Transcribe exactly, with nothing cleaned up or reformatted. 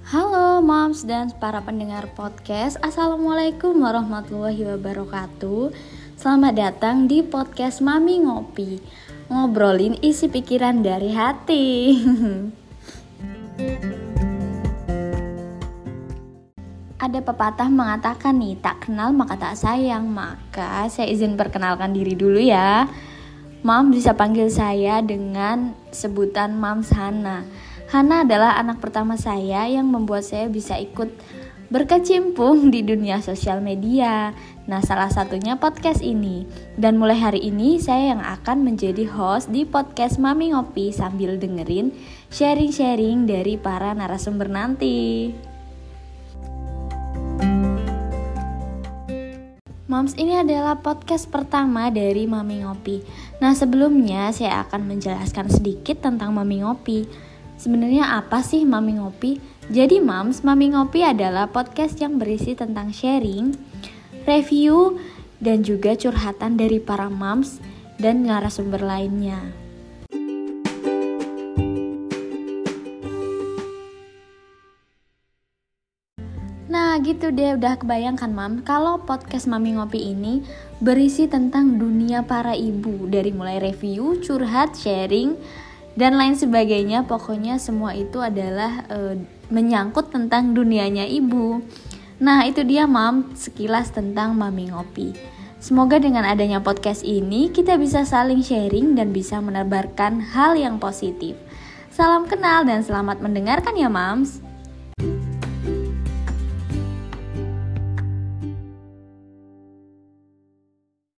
Halo moms dan para pendengar podcast. Assalamualaikum warahmatullahi wabarakatuh. Selamat datang di podcast Mami Ngopi, ngobrolin isi pikiran dari hati. Ada pepatah mengatakan nih, tak kenal maka tak sayang. Maka saya izin perkenalkan diri dulu ya. Mom bisa panggil saya dengan sebutan Mams Hana. Hana adalah anak pertama saya yang membuat saya bisa ikut berkecimpung di dunia sosial media. Nah, salah satunya podcast ini. Dan mulai hari ini saya yang akan menjadi host di podcast Mami Ngopi sambil dengerin sharing-sharing dari para narasumber nanti. Moms, ini adalah podcast pertama dari Mami Ngopi. Nah, sebelumnya saya akan menjelaskan sedikit tentang Mami Ngopi. Sebenarnya apa sih Mami Ngopi? Jadi Moms, Mami Ngopi adalah podcast yang berisi tentang sharing, review, dan juga curhatan dari para moms dan narasumber lainnya. Nah gitu deh, udah kebayangkan Mam, kalau podcast Mami Ngopi ini berisi tentang dunia para ibu. Dari mulai review, curhat, sharing, dan lain sebagainya. Pokoknya semua itu adalah e, menyangkut tentang dunianya ibu. Nah itu dia Mam, sekilas tentang Mami Ngopi. Semoga dengan adanya podcast ini kita bisa saling sharing dan bisa menebarkan hal yang positif. Salam kenal dan selamat mendengarkan ya Mams.